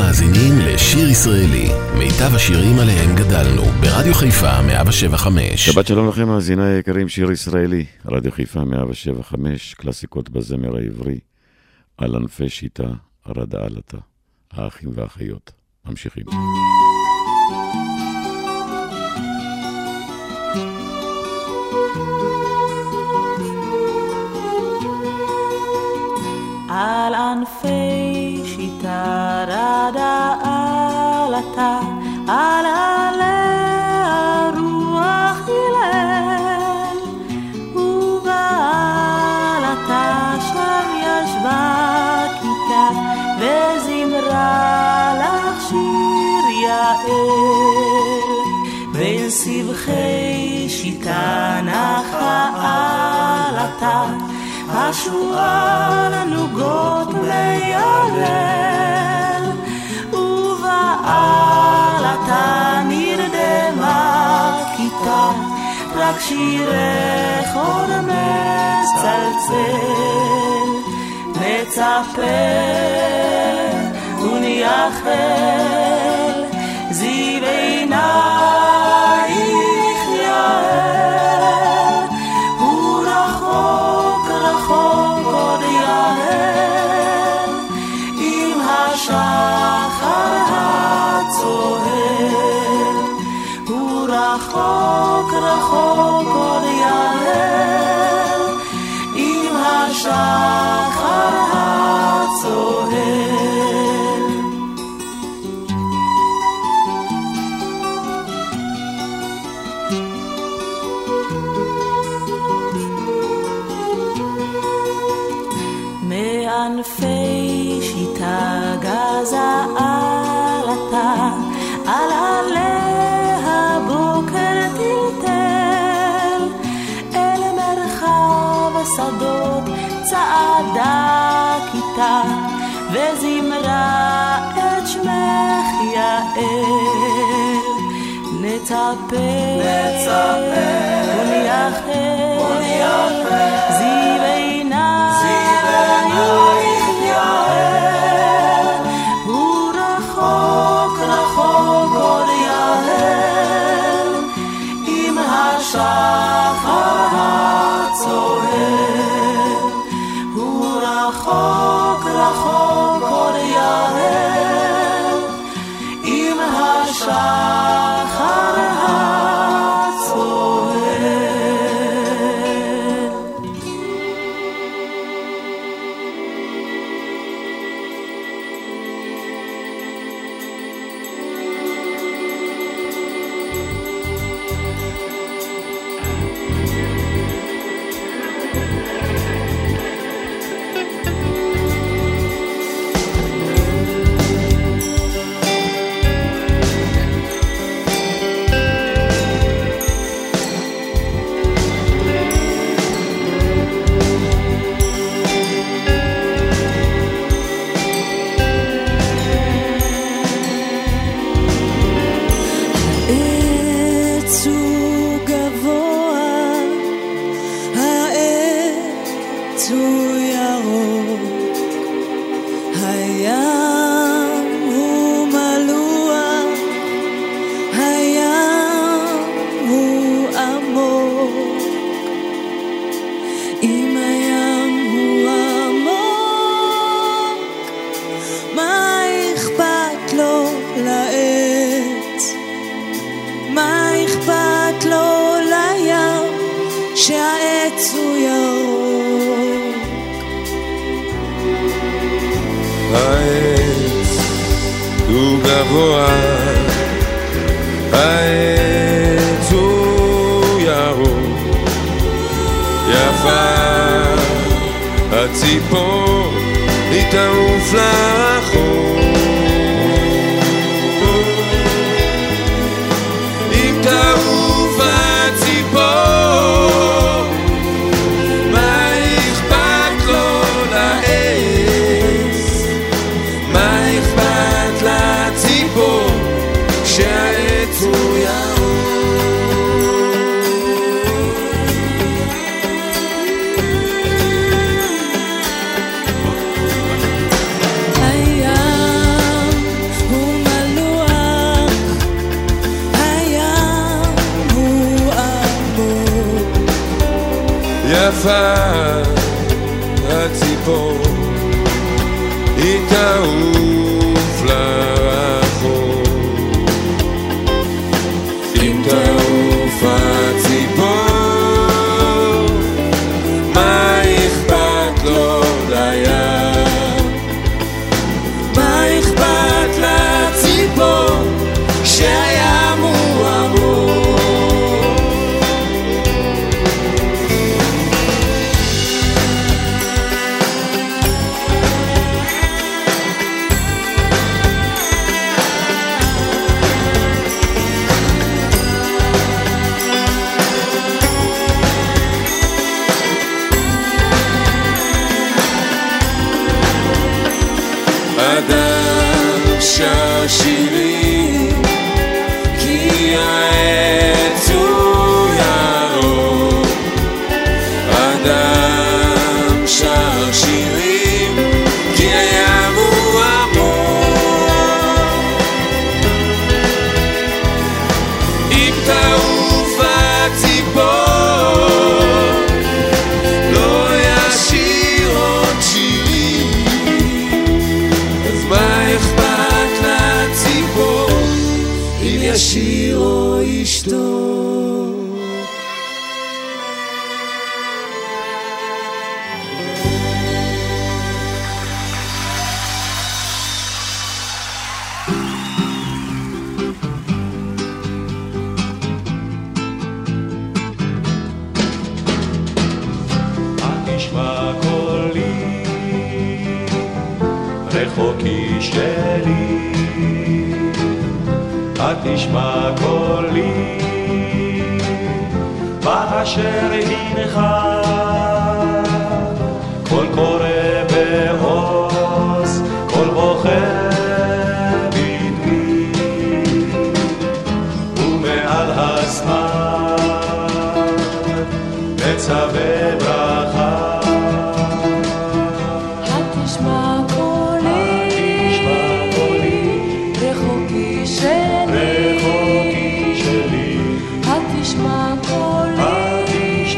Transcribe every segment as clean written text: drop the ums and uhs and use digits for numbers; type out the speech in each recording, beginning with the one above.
מאזינים לשיר ישראלי, מיטב השירים עליהם גדלנו, ברדיו חיפה 107.5. שבת שלום לכם מאזיני היקרים, שיר ישראלי, רדיו חיפה 107.5, קלאסיקות בזמר העברי, על ענפי שיטה, רדה עלתה, האחים והאחיות. ממשיכים. על ענפי שיטה רדה עלתה, על עליה רוח הלל, ובעלתה שם ישבה כיתה, וזמרה לך שיר יעל. בין סבכי שיטה נחה עלתה, השועל נוגות מיילל, ובעלתה נרדמה כיתה, רק שירך עוד מצלצל. נצפה ונייחל, זיו עינייך יעל, הוא רחוק רחוק עוד יעל, עם השחר הצוהל. הוא רחוק רחוק עוד יעל, עם השחר הצוהל. מענפי שיטה גזה עלתה, על עליה בוקר טלטל, אל מרחב השדות צעדה כיתה, וזמרה את שמך יעל. נצפה ונייחל, זיו עינייך יעל, הוא רחוק רחוק עוד יעל, עם השחר הצוהל. הוא רחוק רחוק עוד יעל, עם השחר הצוהל. הציפור היא תעוף לחור, אם תעוף הציפור, מה אכפת לו לעץ? מה אכפת לציפור שהעץ הוא יעוף? היה תעופה הציפור, היא תעוף לרחוב. אם תעוף הציפור, מה אכפת לו לים? מה אכפת לציפור שהים הוא ארוך? אדם שר שירים כי העץ הוא ירוק. אדם שר שירים כי הים הוא עמוק. אם תעוף הציפור לא ישיר עוד שירים, אז מה אכפת לציפור אם ישיר או ישתוק? תשמע קולי, רחוקי שלי, תשמע קולי, באשר הנך, קול קורא בעוז, קול בוכה בדמי, ומעל הזמן מצווה ברכה. התשמע קולי, רחוקי שלי, התשמע קולי,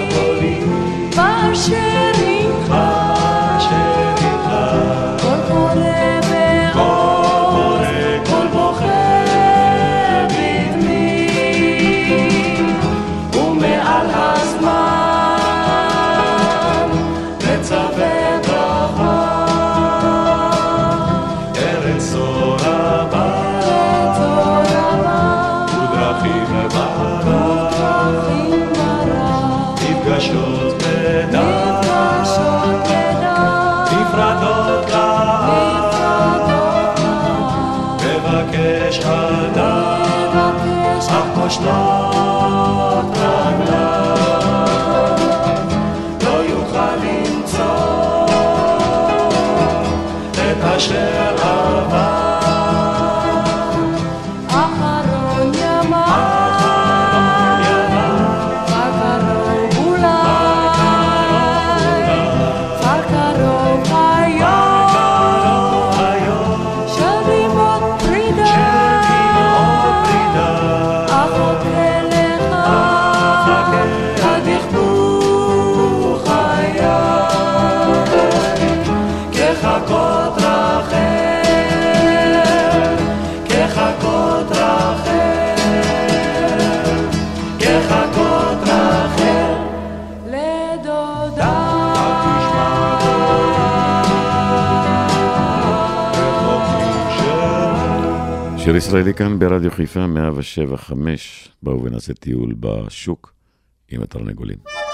באשר הנך, קול קורא בעוז, קול בוכה בדמי, ומעל הזמן מצווה ברכה. ארץ זורה בה, ודרכים ברא, נפגשות בדעת, נפרדות לאט, מבקש אדם, אך פושטות רגליו, לא יוכל למצוא את אשר עבר. אחרון ימיי, בקרוב אולי, בקרוב היום, שבים עוד פרידה, אחכה לך, עד יכבו חיי, כחכות רחל, כחכות רחל, כחכות רחל, לדודה. שיר ישראלי כאן ברדיו חיפה 107.5. בואו ונעשה טיול בשוק עם התרנגולים.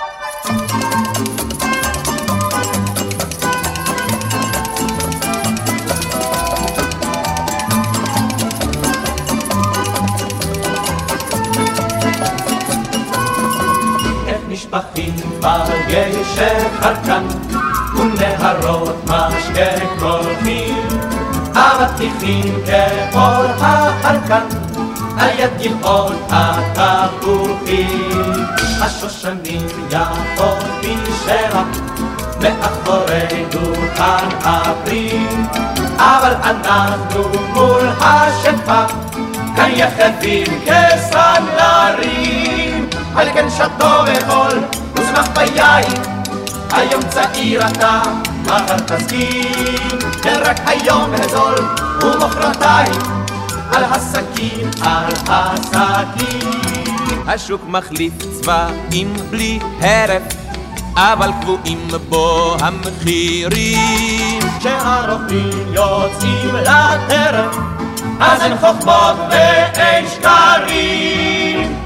נשפכים בגשר חרקן ונהרות משקה קולחים, אבטיחים כאור החרקן על יד גבעות התפוחים. השושנים יפות בשרח מאחורי דוכן הפרי, אבל אנחנו מול השפע כאן יחדים כסנדלרים, על כן שתו וחול וזמח ביין, היום צעיר אתה, מחר תסכים, כן רק היום הזול, ומחרתיים, על הסכין, על הסכין. השוק מחליף צבעים בלי הרף, אבל קבועים בו המחירים. כשהרוכבים יוצאים לטרף, אז אין חוכמות ואין שקרים.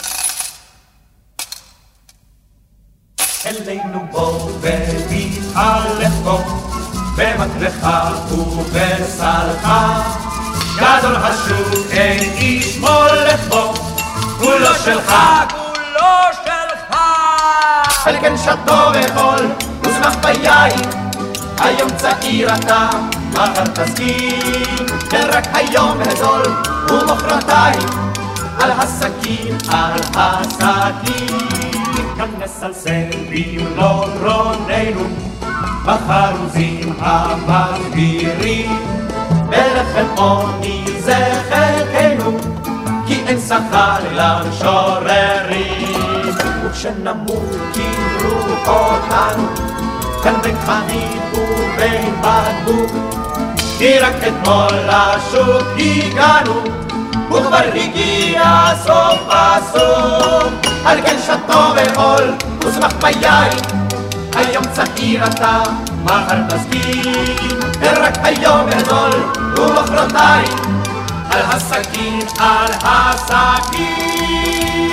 אלינו בוא ותתהלך בו, במטבחה ובסלחה. גדול השוק אין איש מולך בו, כולו שלך, כולו שלך. על כן שתו וחול וזמח ביין, היום צעיר אתה, מחר תסכים, כן רק היום הזול ומחרתיים, על הסכין, על הסכין. כאן נסלסלים לא רוננו, בחרוזים המגבירים, בלחם עוני זה חלקנו, כי אין שכר למשוררים. וכשנמות תראו אותנו, כאן בין חנית ובין בקבוק, כי רק אתמול לשוק הגענו, וכבר הגיע סוף הסוף. על כן שתו וחול וזמח ביין, היום צעיר אתה, מחר תסכים, רק היום הזול ומחרתיים, על הסכין, על הסכין.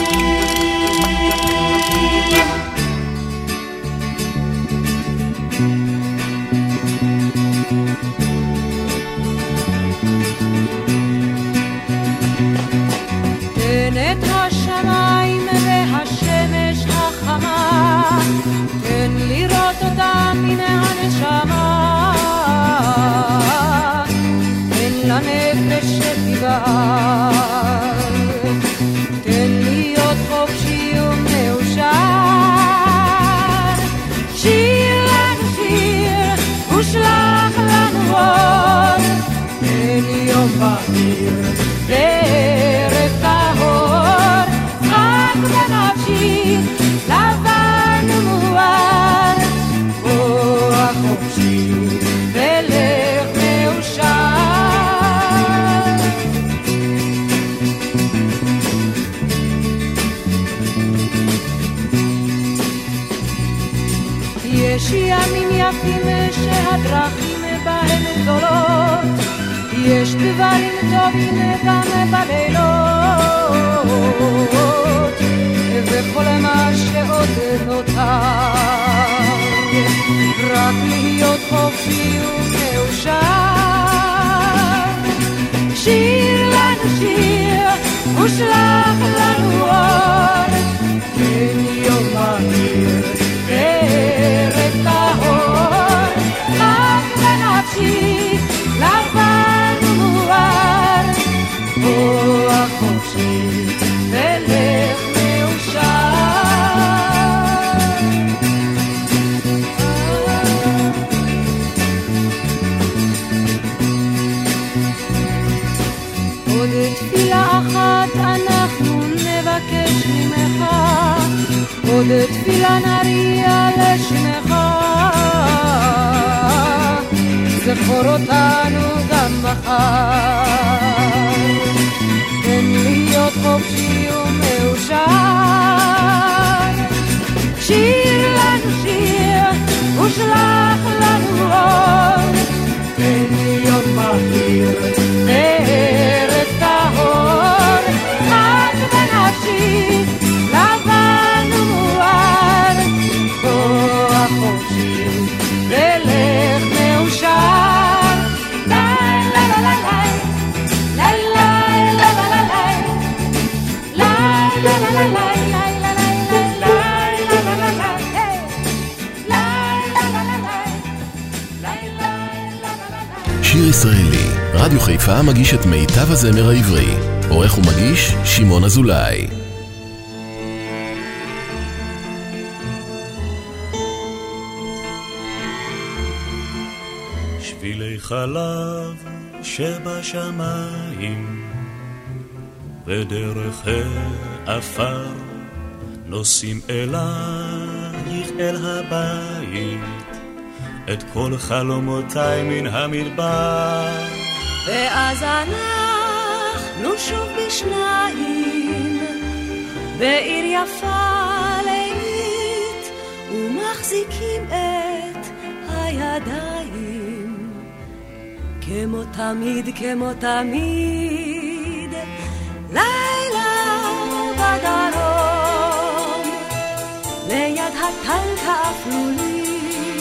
תן את השמיים והשמש החמה, תן לראות אותם מן הנשמה, תן לנפש שתבער, תן להיות חופשי ומאושר. שיר לנו שיר ושלח לנו אור, תן יום בהיר וערב טהור, רק בנפשי לבן ומואר, רוח חופשי ולך מאושר. יש ימים יפים שהדרכים בהם גדולות, יש דברים טובים גם בלילות, וכל מה שעוד נותר, רק להיות חופשי ומאושר. שיר לנו שיר ושלח לנו אור, כן יום בהיר וערב טהור, רק בנפשי לבן ומואר, רוח חופשי ולך מאושר. עוד תפילה אחת אנחנו נבקש ממך, עוד תפילה נריע לשמך, זכור אותנו גם מחר, תן להיות חופשי ומאושר. שיר לנו שיר ושלח לנו אור, תן להיות בהיר וערב טהור, רק בנפשי לבן ומואר, רוח חופשי ולך מאושר. לה לה לה לה לה לה לה לה לה לה לה. שיר ישראלי, רדיו חיפה מגיש את מיטב הזמר העברי. עורך ומגיש שמעון אזולאי. שבילי חלב שבשמיים ודרך העפר נוסעים אלייך אל הבית, את כל חלומותיי מן המדבר. ואז אנחנו שוב בשניים, בעיר יפה לילית, ומחזיקים את הידיים. כמו תמיד, כמו תמיד, לילה בדרום, ליד הטנק האפלולי,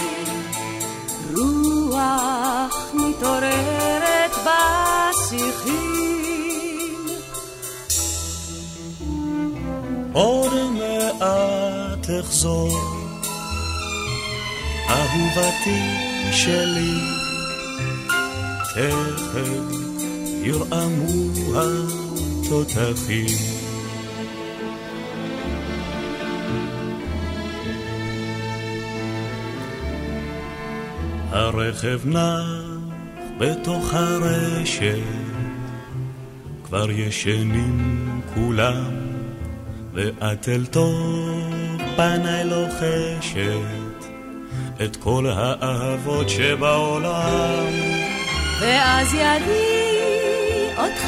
רוח מתעוררת בשיחים. עוד מעט תחזור, אהובתי שלי, תכף ירעמו התותחים. הרכב נח בתוך הרשת, כבר ישנים כולם, ואת אל תוך פניי לוחשת את כל האהבות שבעולם. ואז ידי אותך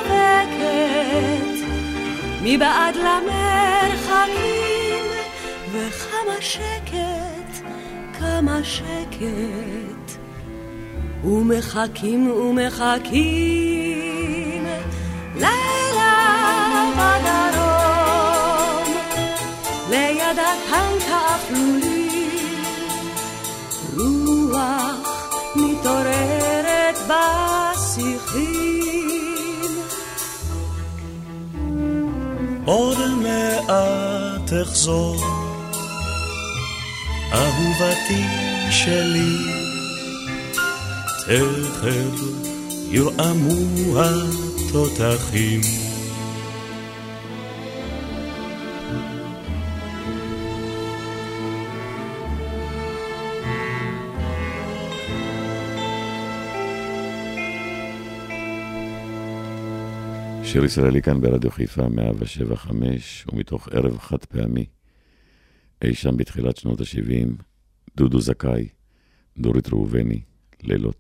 חובקת מבעד למרחקים, וכמה שקט, כמה שקט, ומחכים ומחכים לילה בדרום, ליד הטנק האפלולי, רוח מתעוררת בשיחים. עוד מעט תחזור, אהובתי שלי, תכף ירעמו התותחים. שיר ישראלי כאן ברדיו חיפה 107.5, ומתוך ערב חד פעמי, אי שם בתחילת שנות ה-70, דודו זכאי, דורית ראובני, לילות.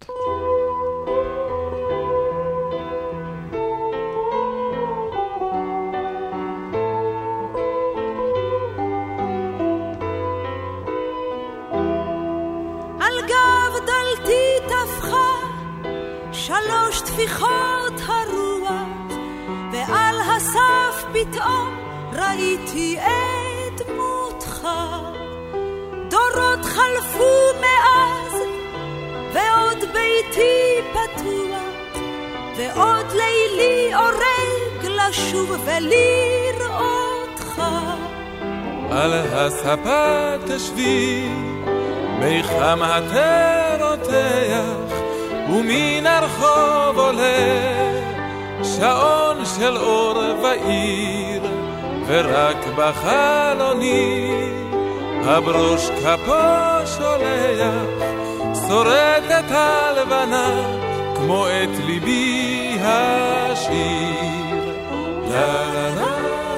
על גב דלתי תפחה 3 טפיחות הרוח, ועל הסף פתאום ראיתי את דמותך. דורות חלפו מאז, ועוד ביתי פתוח, ועוד לילי אורג לשוב ולראותך. על הספה תשבי, מיחם התרותח, ומן הרחוב עולה שעון של אור ועיר, ורק בחלוני הברוש כפו שולח, שורדת הלבנה כמו את ליבי השיר. לה לה לה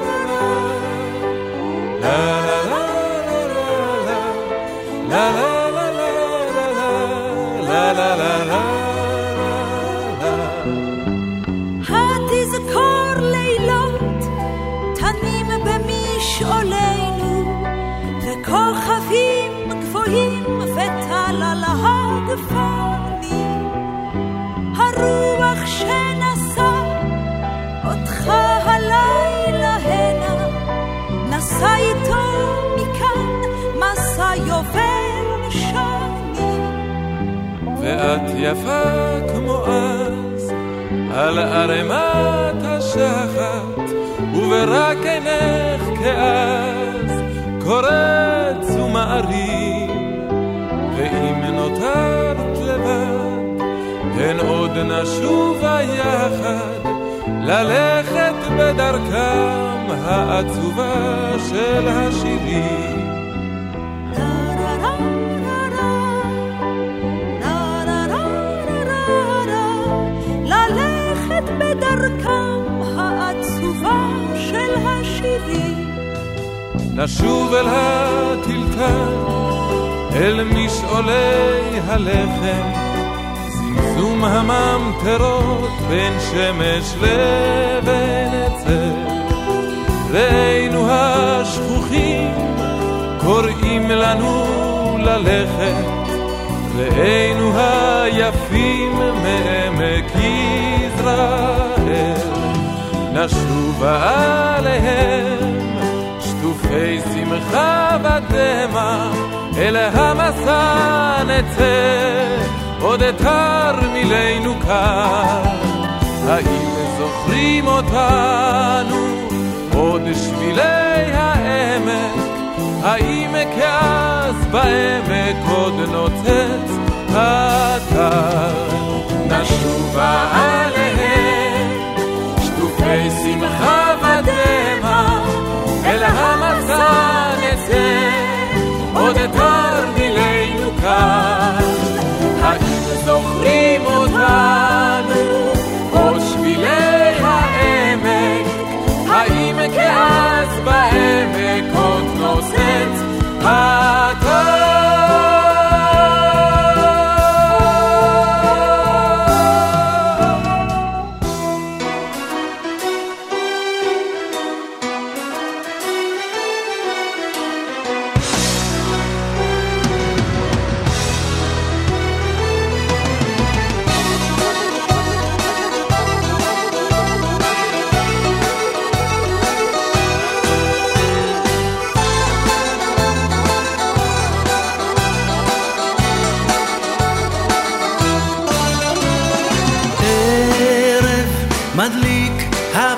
לה לה לה לה לה לה לה. התזכור לילות תנים במשעולנו, וכוכבים גבוהים וטללה הגפני, הרוח שנשא אותך הלילה הנה, נסע איתו מכאן מסע יובל שני. ואת יפה כמו אז על ערמת השחת, וברק עינך כאז קורץ ומערים, ואם נותרת לבד הן עוד נשובה יחד, ללכת בדרכם העצובה של השירים. בדרכם העצובה של השירים. נשוב אל הטלטל, אל משעולי הלחם, זמזום הממטרות בין שמש לבין עצר. ראינו השכוחים קוראים לנו ללכת, ראינו היפים מעמק יזרעאל, נשובה עליהם שטופי שמחה ודמע, אל המסע נצא עוד תרמילנו כאן. האם זוכרים אותנו עוד שבילי העמק, האם כאז בעמק עוד נוצץ האתר. נשובה עליהם שטופי שמחה ודמע, אל המסע נצא עוד תרמילנו כאן. האם זוכרים אותנו עוד שבילי העמק, האם כאז בעמק עוד נוצץ האתר. מדליק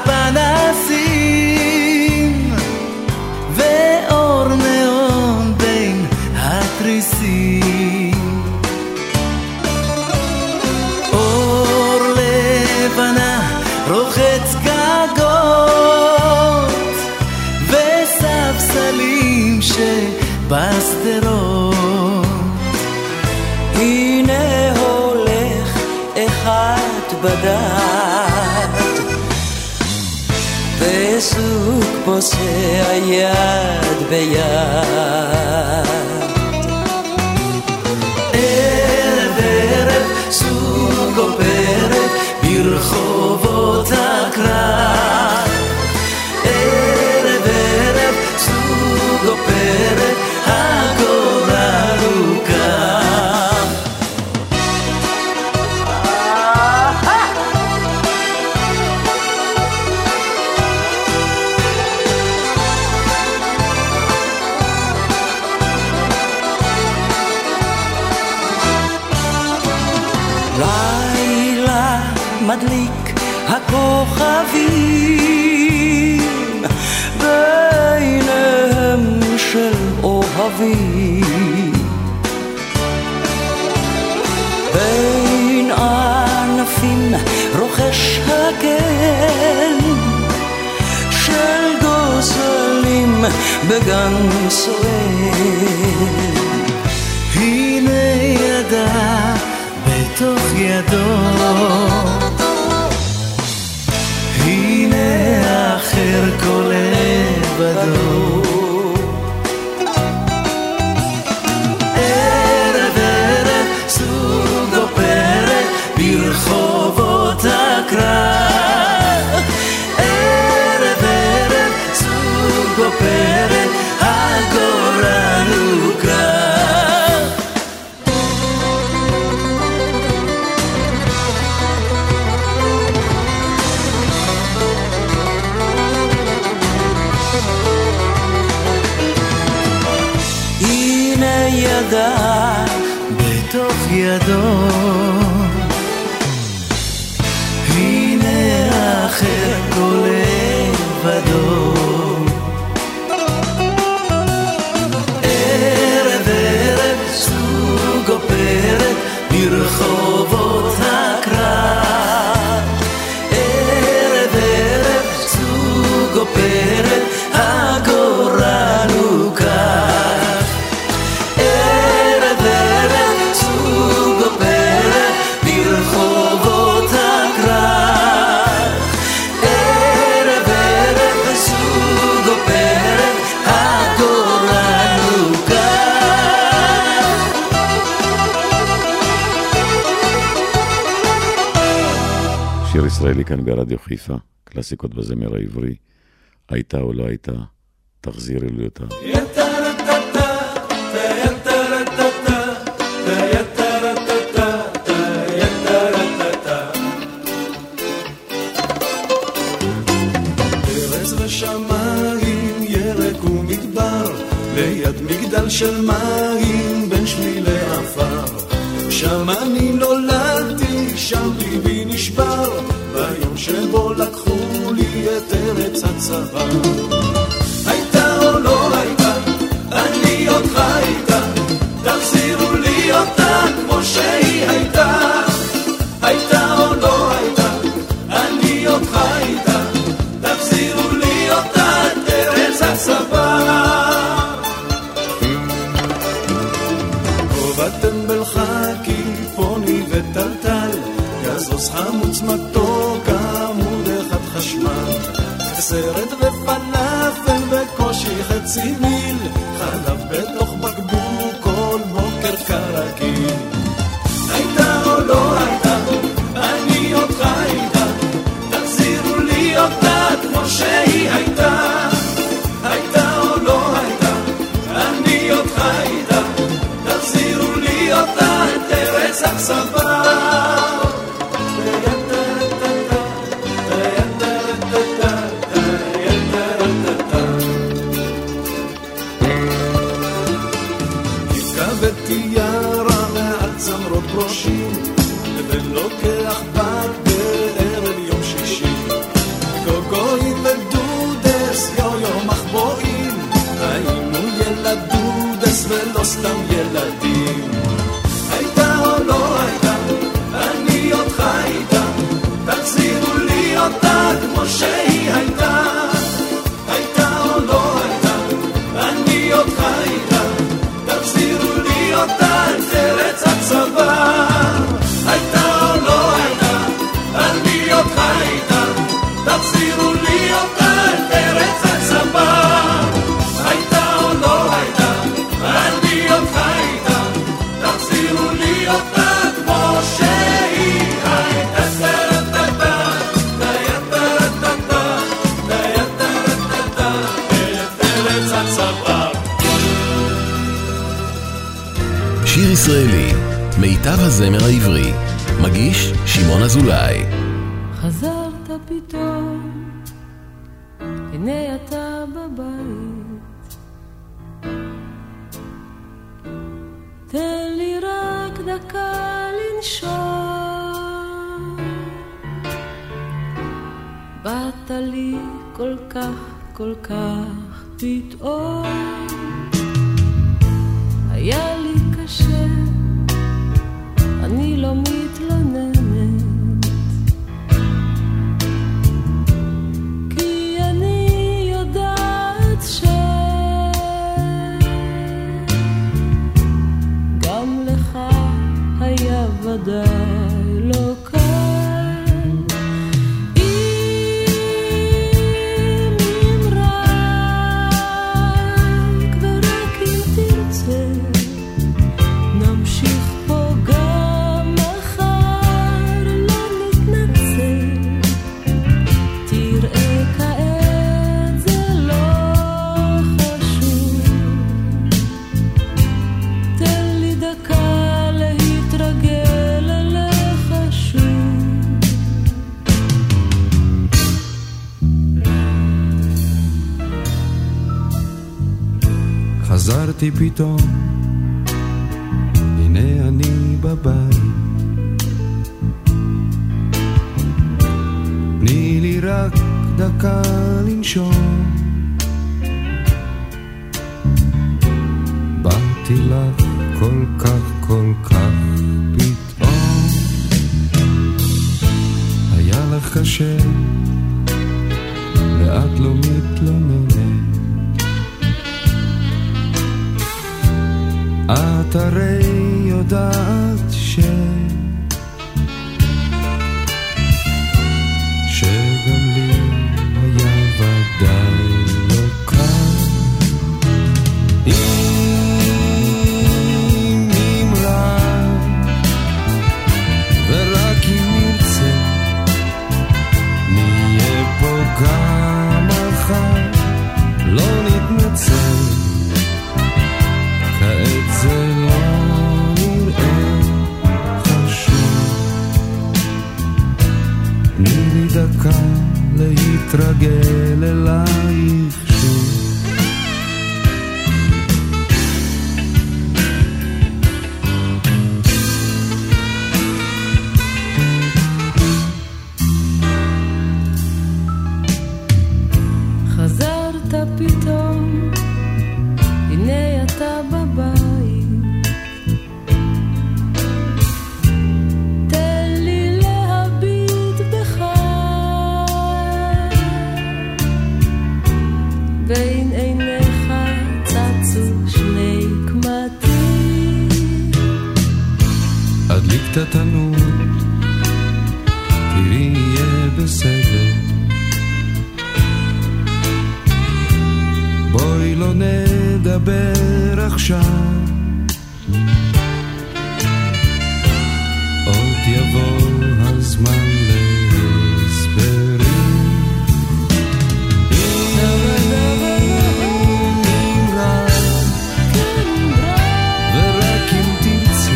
הפנסים ואור נאון בין התריסים, אור לבנה רוחץ גגות וספסלים שבשדרות. הנה הולך אחד בדד וזוג פוסע יד ביד. ערב ערב זוג עוברת ברחובות הקרב, ערב ערב זוג עוברת הגורל הוא כך. מדליק הכוכבים ביניהם של אוהבים, בין ענפים רוחש הגן של גוזלים בגן סואל. הנה ידה בתוך ידו, הנה האחר כל לבדו. ערב ערב זוג עוברת ברחובות הקרב, ערב ערב זוג עוברת הגורל הוא כך. בתוך ידו, הנה האחר כל לבדו. ערב ערב זוג עוברת ברחובות הקרב, ערב ערב זוג עוברת הגורל הוא כך. ברחובות הקרב, שיר ישראלי כאן ברדיו חיפה, קלאסיקות בזמר העברי, הייתה או לא הייתה, תחזירי לי אותה. ארץ ושמיים, ירק ומדבר, ליד מגדל של מים, בין שבילי עפר. שם אני נולדתי, שם ליבי נשבר, ביום שבו לקחו לי את ארץ הצבא. הייתה או לא הייתה, אני אותך הייתה, תחזירו לי אותה כמו שהיא הייתה. הייתה או לא הייתה, אני אותך הייתה, תחזירו לי אותה את ארץ הצבא. עובדתם בלחקי פוני וטלטל, גזוס חמוץ מתוק, עמוד אחד חשמל, סרט ופלאפל בקושי חצי מיל, חלב בתוך בקבוק כל בוקר כרגיל. הייתה או לא הייתה, אני אותך הייתה, תחזירו לי אותה כמו שהיא הייתה. הייתה או לא הייתה, אני אותך הייתה, תחזירו לי אותה את ארץ הצבא. ותיארה מעל צמרות ראשים, ולוקח בת בערב יום שישי, גוגויים ודודס, יו מחבואים, היינו ילדודס ולא סתם ילדים. הייתה או לא הייתה, אני אותך הייתה, תחזירו לי אותה כמו שהיא הייתה. הייתה או לא הייתה, אני אותך הייתה, תחזירו לי אותה את ארץ הצבא. הייתה או לא הייתה, אני אותך הייתה, תחזירו לי אותה את ארץ הצבא. הייתה או לא הייתה, אני אותך הייתה, תחזירו לי אותה כמו שהיא הייתה. ארץ הצבא. שיר ישראלי, מיטב הזמר העברי, מגיש שמעון אזולאי. חזרת פתאום, הנה אתה בבית, תן לי רק דקה לנשום, באת לי כל כך כל כך פתאום, היה לי קשה, אני לא מתלוננת, כי אני יודעת שגם לך היה ודאי לא קל. חזרתי פתאום, הנה אני בבית, תני לי רק דקה לנשום, באתי לך כל כך כל כך פתאום, היה לך קשה ואת לא מתלוננת, את הרי יודעת שגם לי היה ודאי לא קל. אם רק ורק אם נרצה תני לי דקה להתרגל אלייך שוב. חזרת פתאום, הנה אתה בבית, תן לי להביט בך, בין עיניך צצו שני קמטים. הדליק את התנור, תראי יהיה בסדר, בואי לא נדבר עכשיו, עוד יבוא הזמן להסברים. אם רע ורק אם תרצי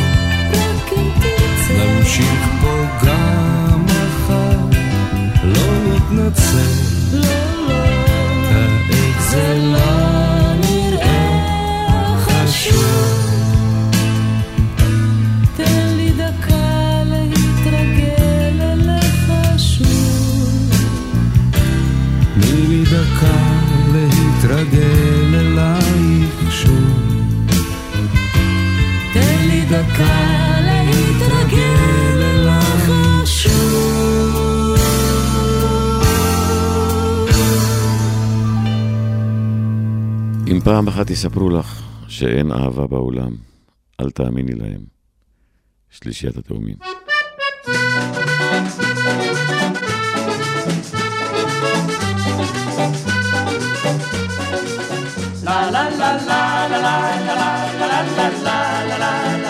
נמשיך פה גם מחר, לא נתנצל, כעת זה לא נראה חשוב. תן לי דקה להתרגל אליך שוב. תני לי דקה להתרגל אלייך שוב. תן לי דקה להתרגל אליך שוב. אם פעם אחת יספרו לך שאין אהבה בעולם, אל תאמיני להם. שלישיית התאומים. La la la la la la la la la la la la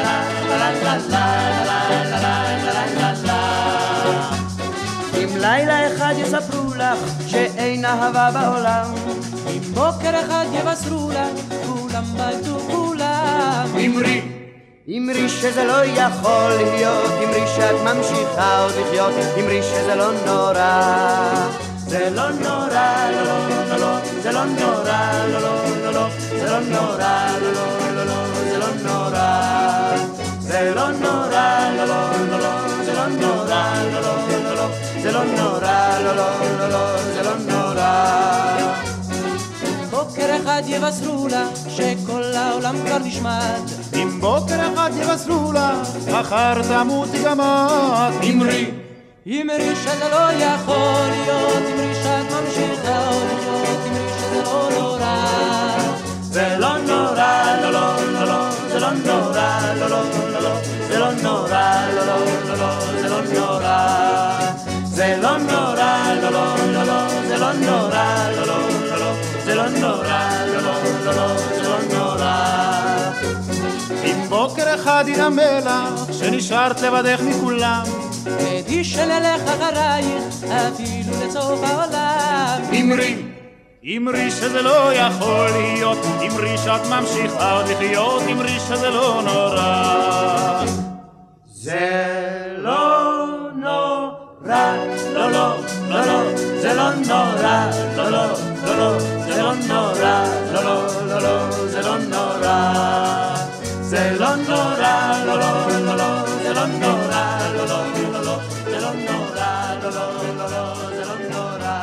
אם לילה אחד יספרו לך שאין אהבה בעולם, אם בוקר אחד יבשרו לך כולם מתו כולם, אמרי שזה לא יכול להיות, אמרי שאת ממשיכה עוד לחיות, אמרי שזה לא נורא, זה לא נורא, לא לא לא לא, זה לא נורא, לא לא לא לא, זה לא נורא, לא לא לא לא, זה לא נורא, זה לא נורא, לא לא לא לא, זה לא נורא, לא לא לא לא, זה לא נורא, לא לא לא לא, זה לא נורא. בוקר אחד יבשרו לך שכל העולם כבר נשמד, אם בוקר אחד יבשרו לך מחר תמותי גם את, אמרי שזה לא יכול להיות, אמרי שאת ממשיכה עוד לחיות, אמרי שזה לא נורא, זה לא נורא, לא לא לא לא, זה לא נורא, לא לא לא לא, זה לא נורא, לא לא לא לא, זה לא נורא, זה לא נורא, לא לא לא לא, זה לא נורא, לא לא לא לא, זה לא נורא, לא לא לא לא, זה לא נורא. אם בוקר אחד ינאמר לך שנשארת לבדך מכולם, עדי שללך אחרייך אפילו לסוף העולם, אמרי שזה לא יכול להיות, אמרי שאת ממשיכה עוד לחיות, אמרי שזה לא נורא, זה לא נורא, לא לא לא לא, זה לא נורא, לא לא לא לא, זה לא נורא, לא לא לא לא, זה לא נורא, זה לא נורא, לא לא לא לא, זה לא נורא, לא לא לא לא, זה לא נורא, לא לא לא לא, זה לא נורא.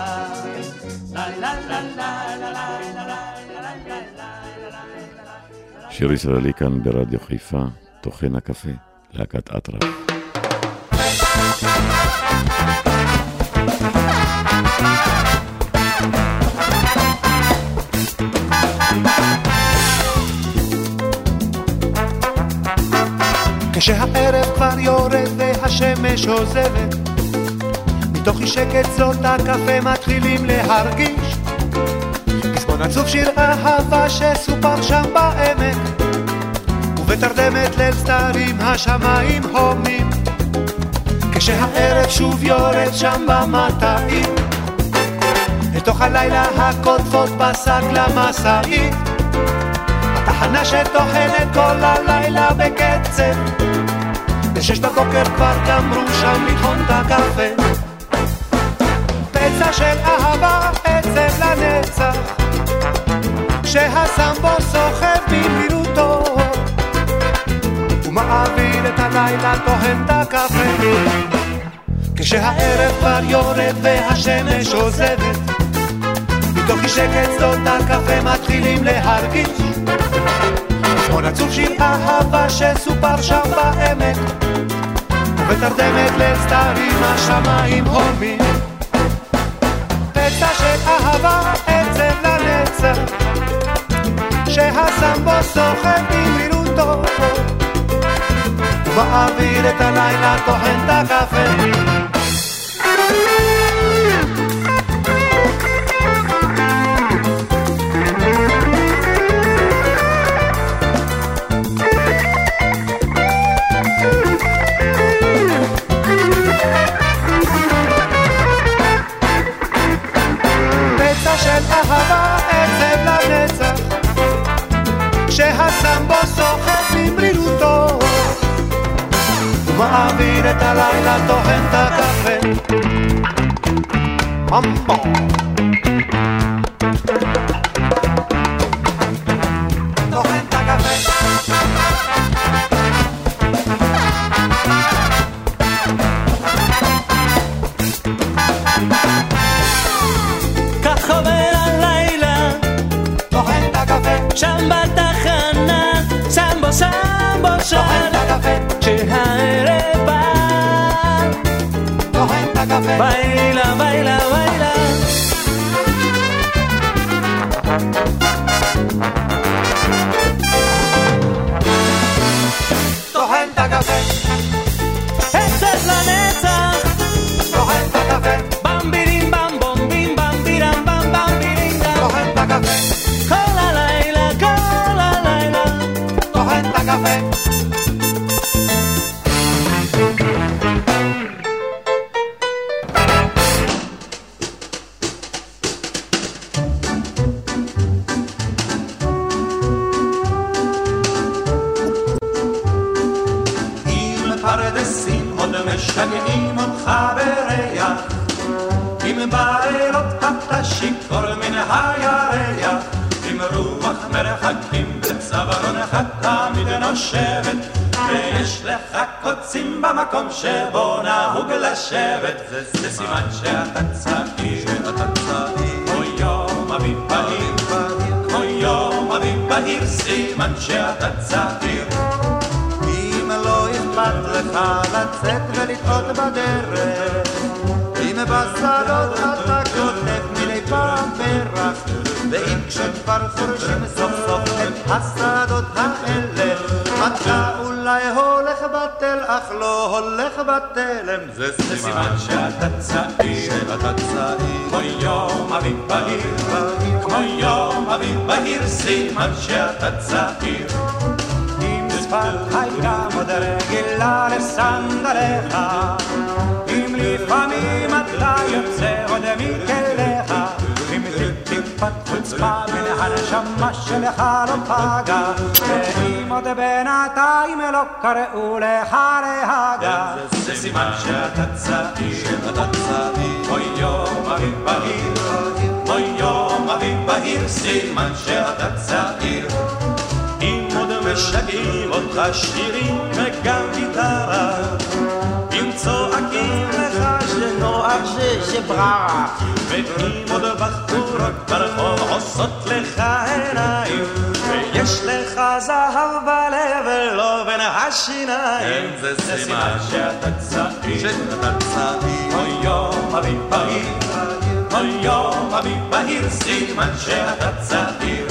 שיר ישראלי כאן ברדיו חיפה, טוחן הקפה, להקת אטרף. כשהערב כבר יורד והשמש עוזבת, מתוך אי שקט זאת הקפה מתחילים להרגיש פזמון עצוב, שיר אהבה שסופר שם בעמק, ובתרדמת ליל סתרים השמיים הומים. כשהערב שוב יורד שם במטעים, אל תוך הלילה הקוטפות בשק למסעים, התחנה שטוחנת כל הלילה בקצב, ב6 בבוקר כבר גמרו שם לטחון את הקפה. פצע של אהבה עצב לנצח, שהסמבו סוחב במהירותו ומעביר את הלילה טוחן את הקפה. כשהערב כבר יורד והשמש עוזבת, מתוך שקט שדות הקפה מתחילים להרגיש כמו עצוב שיר אהבה שסופר שם בעמק, ובתרדמת לסתרים השמיים הולמים. פצע של אהבה עצב לנצח, שהסמבו סוחב במהירותו ומעביר את הלילה טוחן את הקפה. של אהבה עצב לנצח, שהסמבו סוחב במרירותו ומעביר את הלילה טוחן את הקפה. ממבו טוחן את הקפה. שם בתחנה סמבו סמבו שר כשהערב בא ביילה ביילה ביילה טוחן את הקפה. עצב לנצח טוחן את הקפה. במבירים במבומבים במבירם במבירים טוחן את הקפה. משגעים אותך בריח, עם בעלות אתה שיכור מן הירח, עם רוח מרחקים בצווארונך תמיד נושבת, ויש לך קוצים במקום שבו נהוג לשבת. זה סימן שאתה צעיר, כמו יום אביב בהיר, כמו יום אביב בהיר, סימן שאתה צעיר. לא אכפת לך לצאת ולטעות בדרך, אם בשדות אתה כותב מילי פעם פרח, ואם כשכבר חורשים סוף סוף את השדות האלה, אתה אולי הולך בטל אך לא הולך בתלם. זה סימן שאתה צעיר, כמו יום אביב בהיר, כמו יום אביב בהיר, סימן שאתה צעיר. הייתה עוד רגילה לסנדליך, אם לפעמים אתה יוצא עוד מכליך, אם טיפת חוצפה מן הנשמה שלך לא פגע, ואם עוד בינתיים לא קראו לך להגע. זה סימן שאתה צעיר, כמו יום אביב בהיר, כמו יום אביב בהיר, סימן שאתה צעיר. אם עוד משגעים אותך שירים וגם גיטרה, אם צועקים לך שנוח שבררה, ואם עוד בחורות ברחוב עושות לך עיניים, ויש לך זהב בלב ולא בין השיניים, זה סימן שאתה צעיר, כמו יום אביב בהיר, כמו יום אביב בהיר, סימן שאתה צעיר.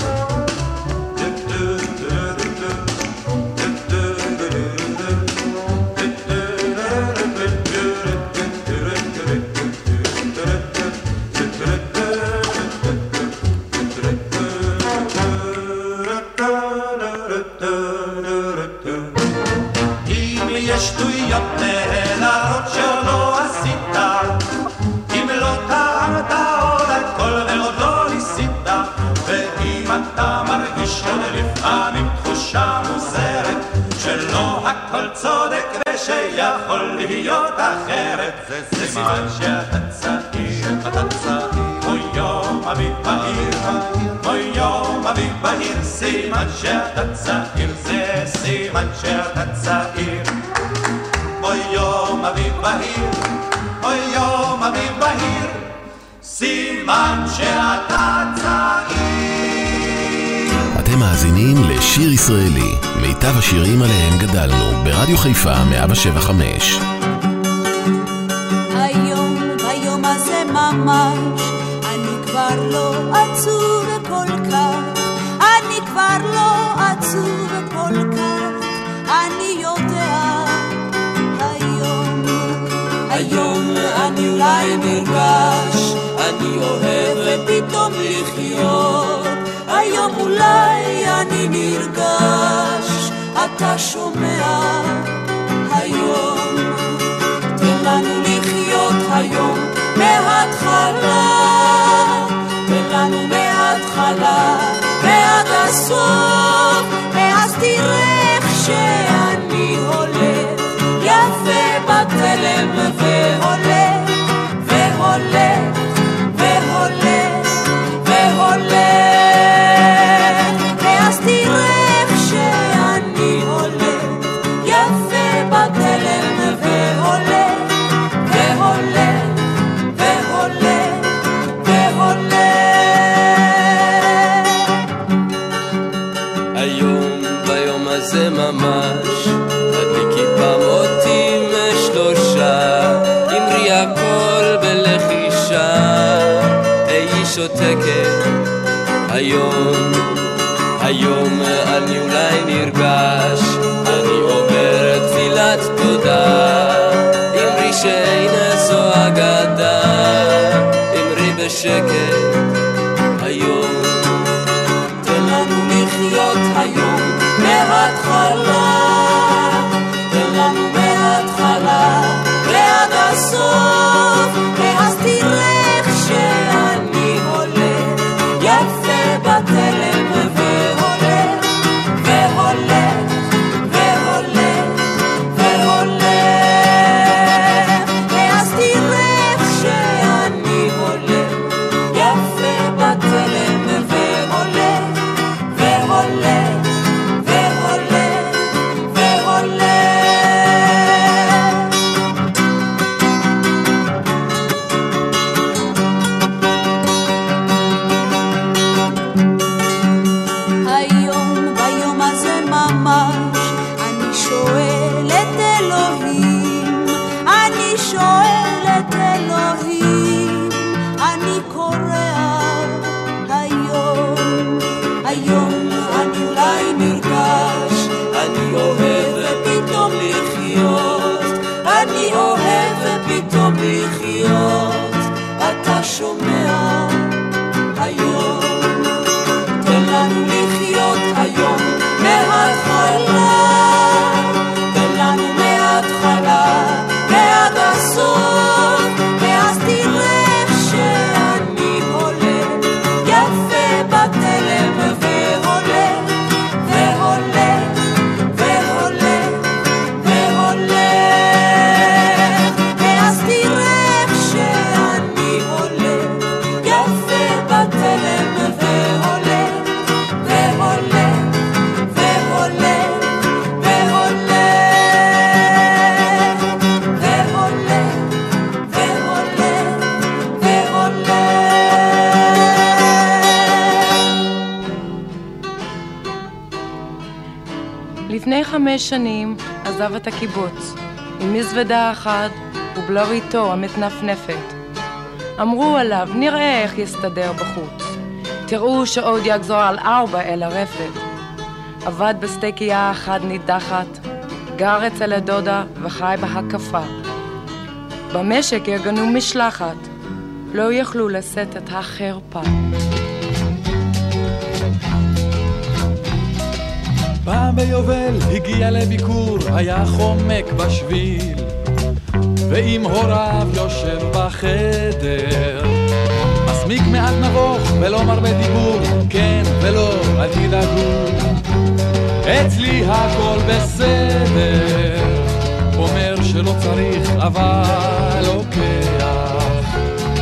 שטויות נהלרות שלא עשית, אם לא טעמת עוד הכל ועוד לא ניסית, ואם אתה מרגיש עוד לפעמים תחושה מוזרת שלא הכל צודק ושיכול להיות אחרת, זה סימן שאתה צעיר, סימן שאתה צעיר, זה סימן שאתה צעיר. אוי יום אביב בהיר, אוי יום אביב בהיר, סימן שאתה צעיר. אתם מאזינים לשיר ישראלי, מיטב השירים עליהם גדלנו, ברדיו חיפה 107.5. היום הזה ממש, אני כבר לא עצוב כל כך, אני כבר לא עצוב כל כך, אני יודע. היום אני אולי נרגש, אני אוהב ופתאום לחיות. היום אולי אני נרגש, אתה שומע? היום תן לנו לחיות היום מההתחלה, תן לנו מההתחלה ועד הסוף, ואז תראה איך שאני הולך יפה בתלם והולך והולך והולך והולך, ואז תראה איך שאני הולך יפה בתלם והולך והולך והולך והולך. היום ביום הזה ממש הדליקי פעם אותי משלושה, אמרי הכל בלחישה, היי שותקת. היום אני אולי נרגש, אני אומר תפילת תודה, אמרי שאין זו אגדה, אמרי בשקט. היום תן לנו לחיות היום מההתחלה, תן לנו מההתחלה ועד הסוף, ואז תראה איך שאני הולך יפה בתלם והולך והולך והולך והולך, ואז תראה איך שאני הולך יפה בתלם והולך והולך והולך והולך. היום ביום הזה ממש אני שואלת אלוהים, אני שואלת אלוהים, אני קורא היום אני אולי נרגש, אני אוהב ופתאום לחיות, אני אוהב ופתאום לחיות, אתה שומע? היום תן לנו לחיות היום מההתחלה, תן לנו מההתחלה ועד הסוף, ואז תראה איך שאני הולך יפה בתלם והולך והולך והולך והולך, ואז תראה איך שאני הולך יפה בתלם והולך והולך והולך והולך והולך והולך והולך. לפני 5 שנים עזב את הקיבוץ עם מזוודה אחת ובלור איתו המתנפנפת. אמרו עליו נראה איך יסתדר בחוץ, תראו שעוד יגזור על 4 אל הרפת. עבד בסטייקייה אחת נידחת, גר אצל הדודה וחי בהקפה. במשק יגנו משלחת, לא יכלו לשאת את החרפה. פעם ביובל הגיע לביקור, היה חומק בשביל, ועם הוריו יושב בחדר, מסמיק מעט נבוך ולא מרבה דיבור, כן ולא, אל תדאגו, אצלי הכל בסדר. אומר שלא צריך אבל לוקח,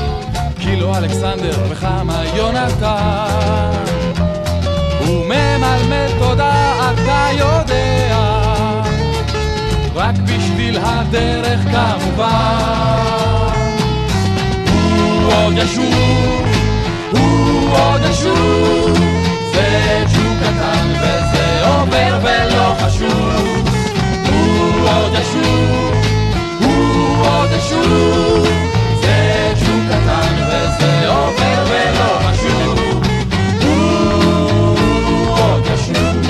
כי לא אלכסנדר וכמה יונתן, הוא ממלא מלמל תודה אתה יודע, רק בשביל הדרך כמובן. הוא עוד ישוב, הוא עוד ישוב, זה ג'וק קטן וזה עובר ולא חשוב. הוא עוד ישוב, הוא עוד ישוב, זה ג'וק קטן וזה עובר ולא חשוב. הוא עוד ישוב.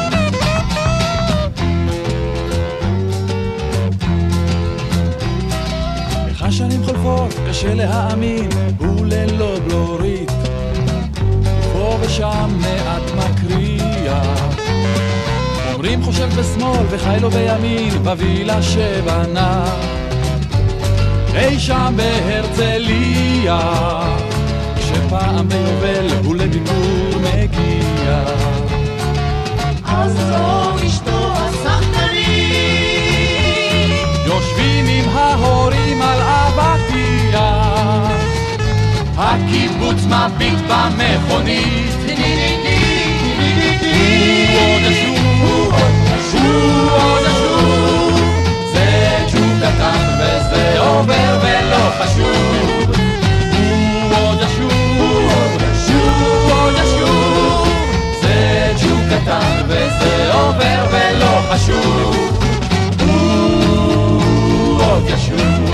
איך השנים חולפות קשה להאמין, הוא ללא בלורית, פה ושם מעט מקריאה. אומרים חושב בשמאל וחי לו בימין, בווילה שבנה אי שם בהרצליה, שפעם ביובל הוא לביקור מגיע. אז זו אשתו השחקנית, יושבים עם ההורים על אבטיה, הקיבוץ מביט במכונית. הוא עוד ישוב, הוא עוד ישוב, זה ג'וק קטן וזה עובר ולא חשוב. הוא עוד ישוב, הוא עוד ישוב, זה ג'וק קטן וזה עובר ולא חשוב. הוא עוד ישוב.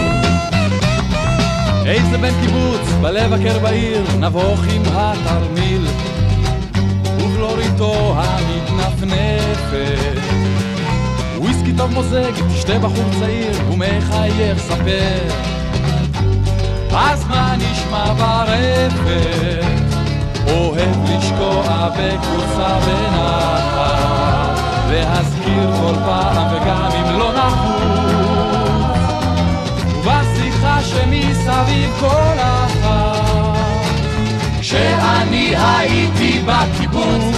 איזה בן קיבוץ בלב הקר בעיר, נבוך עם התרמיל ובלוריתו המתנפנפת. וויסקי טוב מוזג, תשתה בחור צעיר ומחייך ספר, אז מה נשמע ברפת? אוהב לשקוע בקבוצה בנחת, להזכיר כל פעם וגם אם לא נחוץ, ובשיחה שמסביב כל אחת, כשאני הייתי בקיבוץ.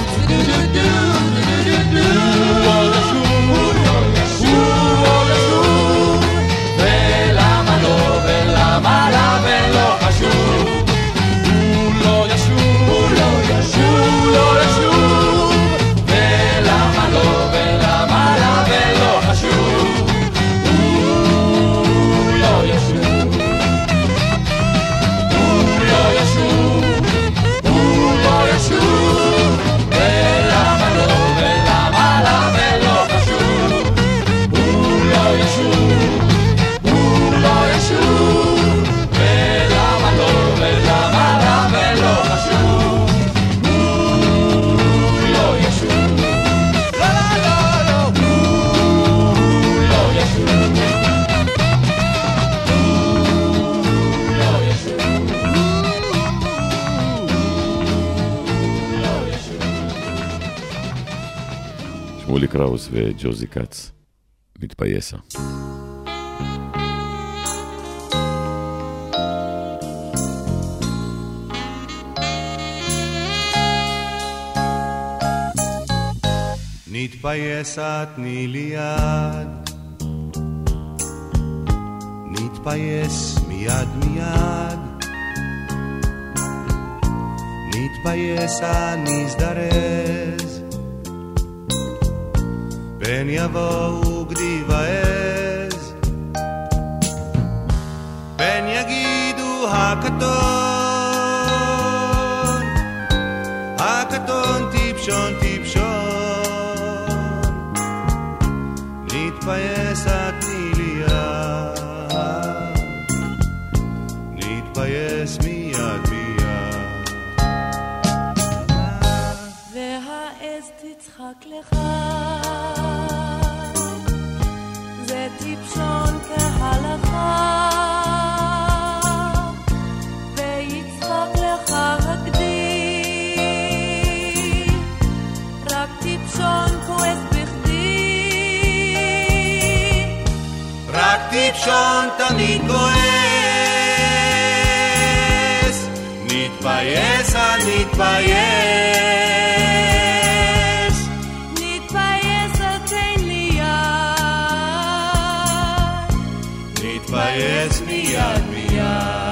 הוא עוד ישוב, הוא עוד ישוב, ולמה לא ולמה לה ולא חשוב. הוא לא ישוב, הוא לא ישוב, ולמה לא ולמה לה ולא חשוב. הוא לא ישוב, הוא לא ישוב, הוא לא ישוב, ולמה לא ולמה לה ולא חשוב. הוא לא ישוב, הוא לא ישוב, ולמה לא ולמה לה ולא חשוב. הוא לא ישוב, לא לא לא לא, הוא לא ישוב, הוא לא ישוב, לא ישוב. שמולי קראוס וג'וזי קאץ, מתפייסה. נתפייסה תני לי יד, נתפייס מיד מיד, נתפייסה נזדרז, פן יבואו גדי ועז, פן יגידו הקטון, הקטון טיפשון טיפשון, נתפייסה תני לי יד, נתפייס מיד מיד, והעז תצחק לך, זה טיפשון כהלכה, ויצחק לך הגדי, רק טיפשון כועס בכדי, רק טיפשון תמיד כועס, נתפייס נתפייס, נתפייס תן לי יד, נתפייס מיד מיד.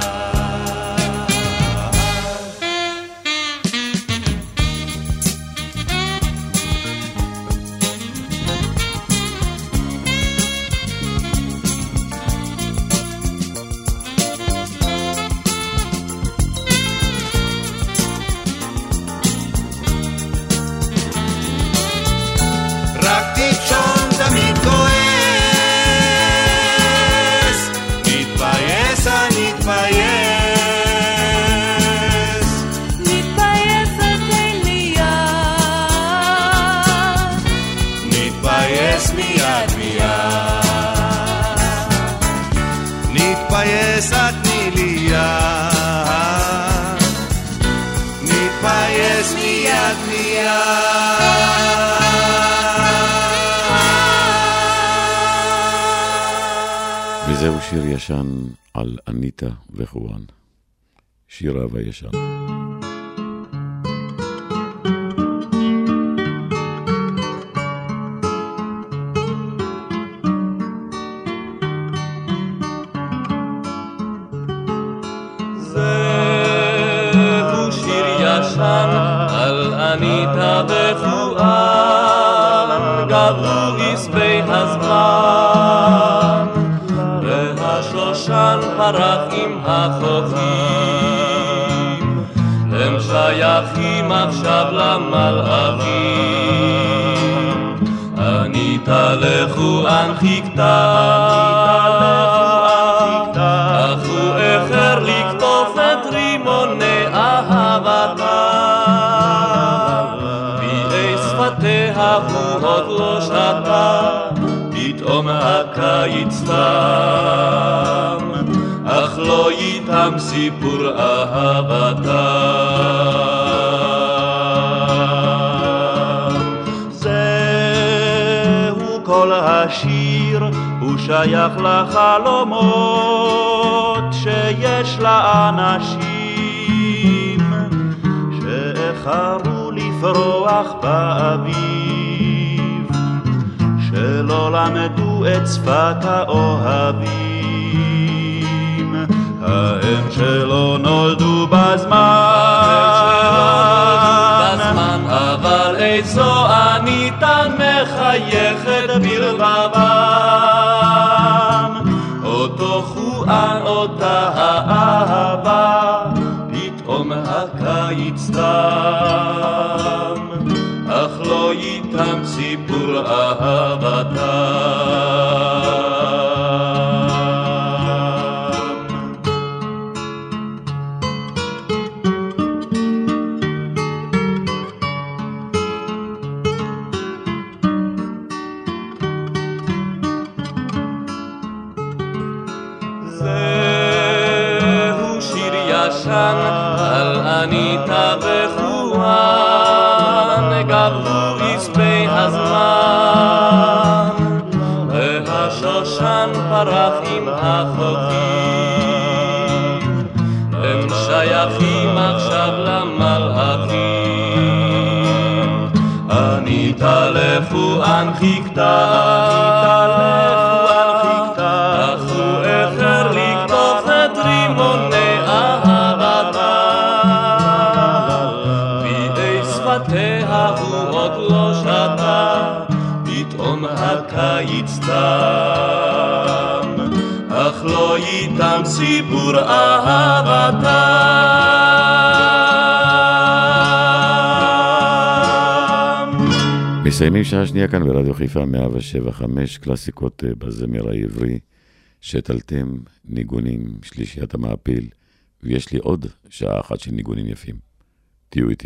וזהו שיר ישן על אניטה וחואן, שיר אהבה ישן. זהו שיר ישן על אניטה וחואן, גבו עשבי הזמן, והשושן פרח עם החופים, הם שייכים עכשיו למלאכים. אניטה לחואן חיכתה, אך הוא איחר לקטוף את רימוני אהבתה, ביעי שפתיה הוא עוד לא שתה, פתאום הקיץ תם, אך לא איתם סיפור אהבתם. זהו כל השיר, הוא שייך לחלומות שיש לאנשים שאיחרו לפרוח באביב, שלא למדו את שפת האוהבים, האם שלא נולדו בזמן, אבל איזו אניטה מחייכת ברבבם, אותו חואן אותה האהבה, פתאום הקיץ תם, אך לא איתם סיפור אהבתם. זהו שיר ישן על אניטה וחואן, גבו עשבי הזמן, והשושן פרח עם החופים, הם שייכים עכשיו למלאכים. אניטה לחואן חיכתה, אך הוא איחר לקטוף את רימוני אהבתה, בידי שפתיה הוא עוד לא שתה, פתאום הקיץ תם, אך לא איתם סיפור אהבתם. מסיימים שעה שנייה כאן ברדיו חיפה 107.5, קלאסיקות בזמר העברי, שתלתם ניגונים, שלישיית המעפיל, ויש לי עוד שעה אחת של ניגונים יפים. תהיו איתי.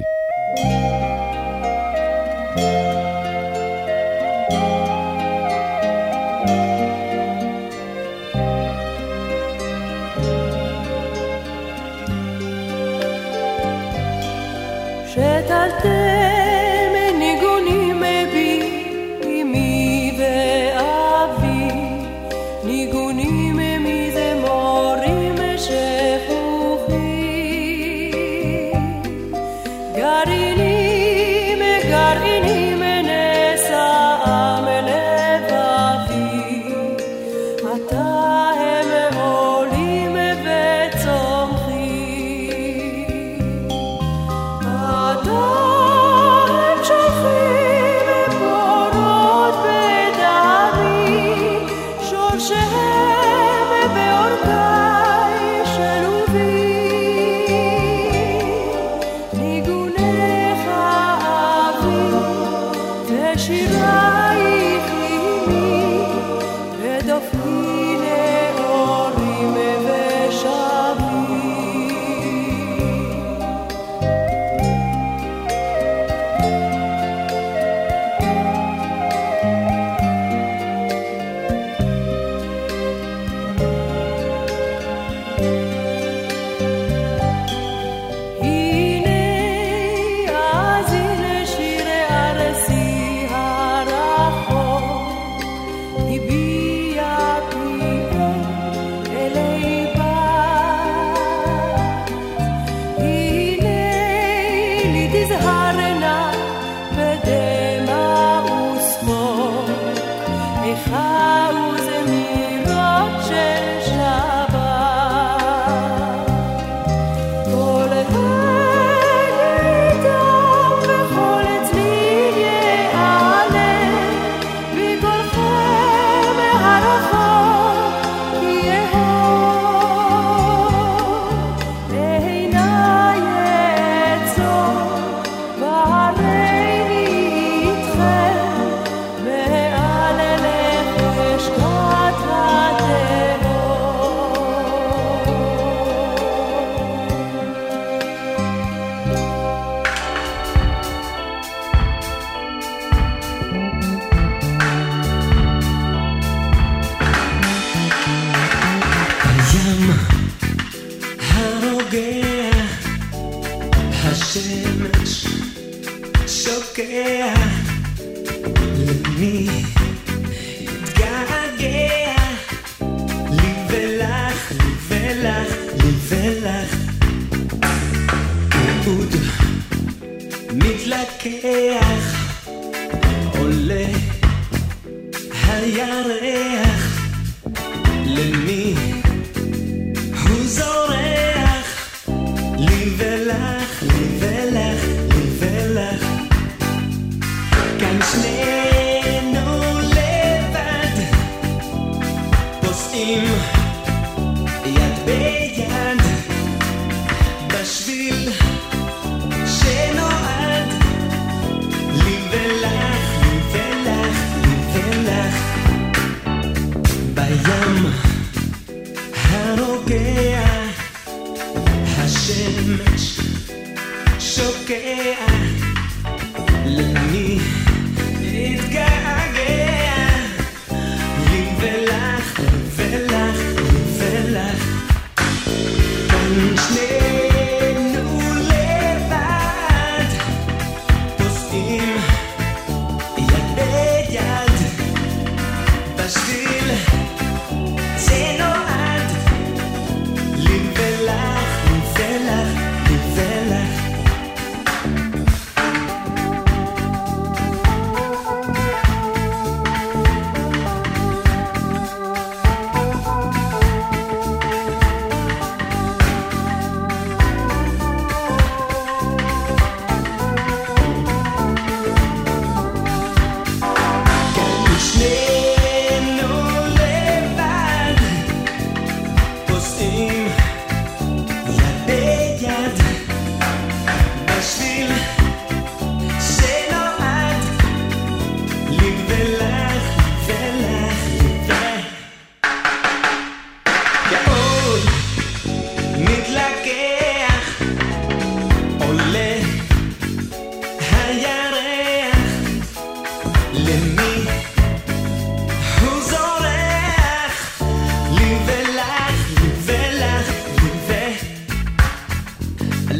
שתלתם ניגונים בי, אמי ואבי, ניגונים מזמורים שכוחים, גרעינים גרעינים נשאם לבבי, עתה הם עולים וצומחים, עתה השמש שוקע, למי יתגעגע? לי ולך, לי ולך, לי ולך. עוד מתלקח, עולה הירח, למי הוא זורח? לי ולך, לי ולך, לי ולך. כאן שנינו לבד, פוסעים יד ביד בשביל שנועד לי ולך, לי ולך, לי ולך. בים הרוגע השמש שוקע, למי יתגעגע? לי ולך, לי ולך, לי ולך. כאן שנינו לבד, פוסעים יד ביד בשביל זה נועד לי ולך, לי ולך, לי ולך.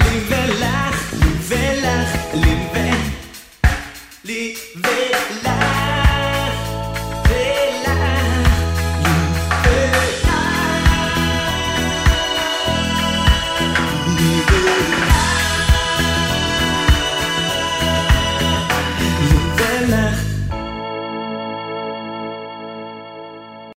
לי ולך,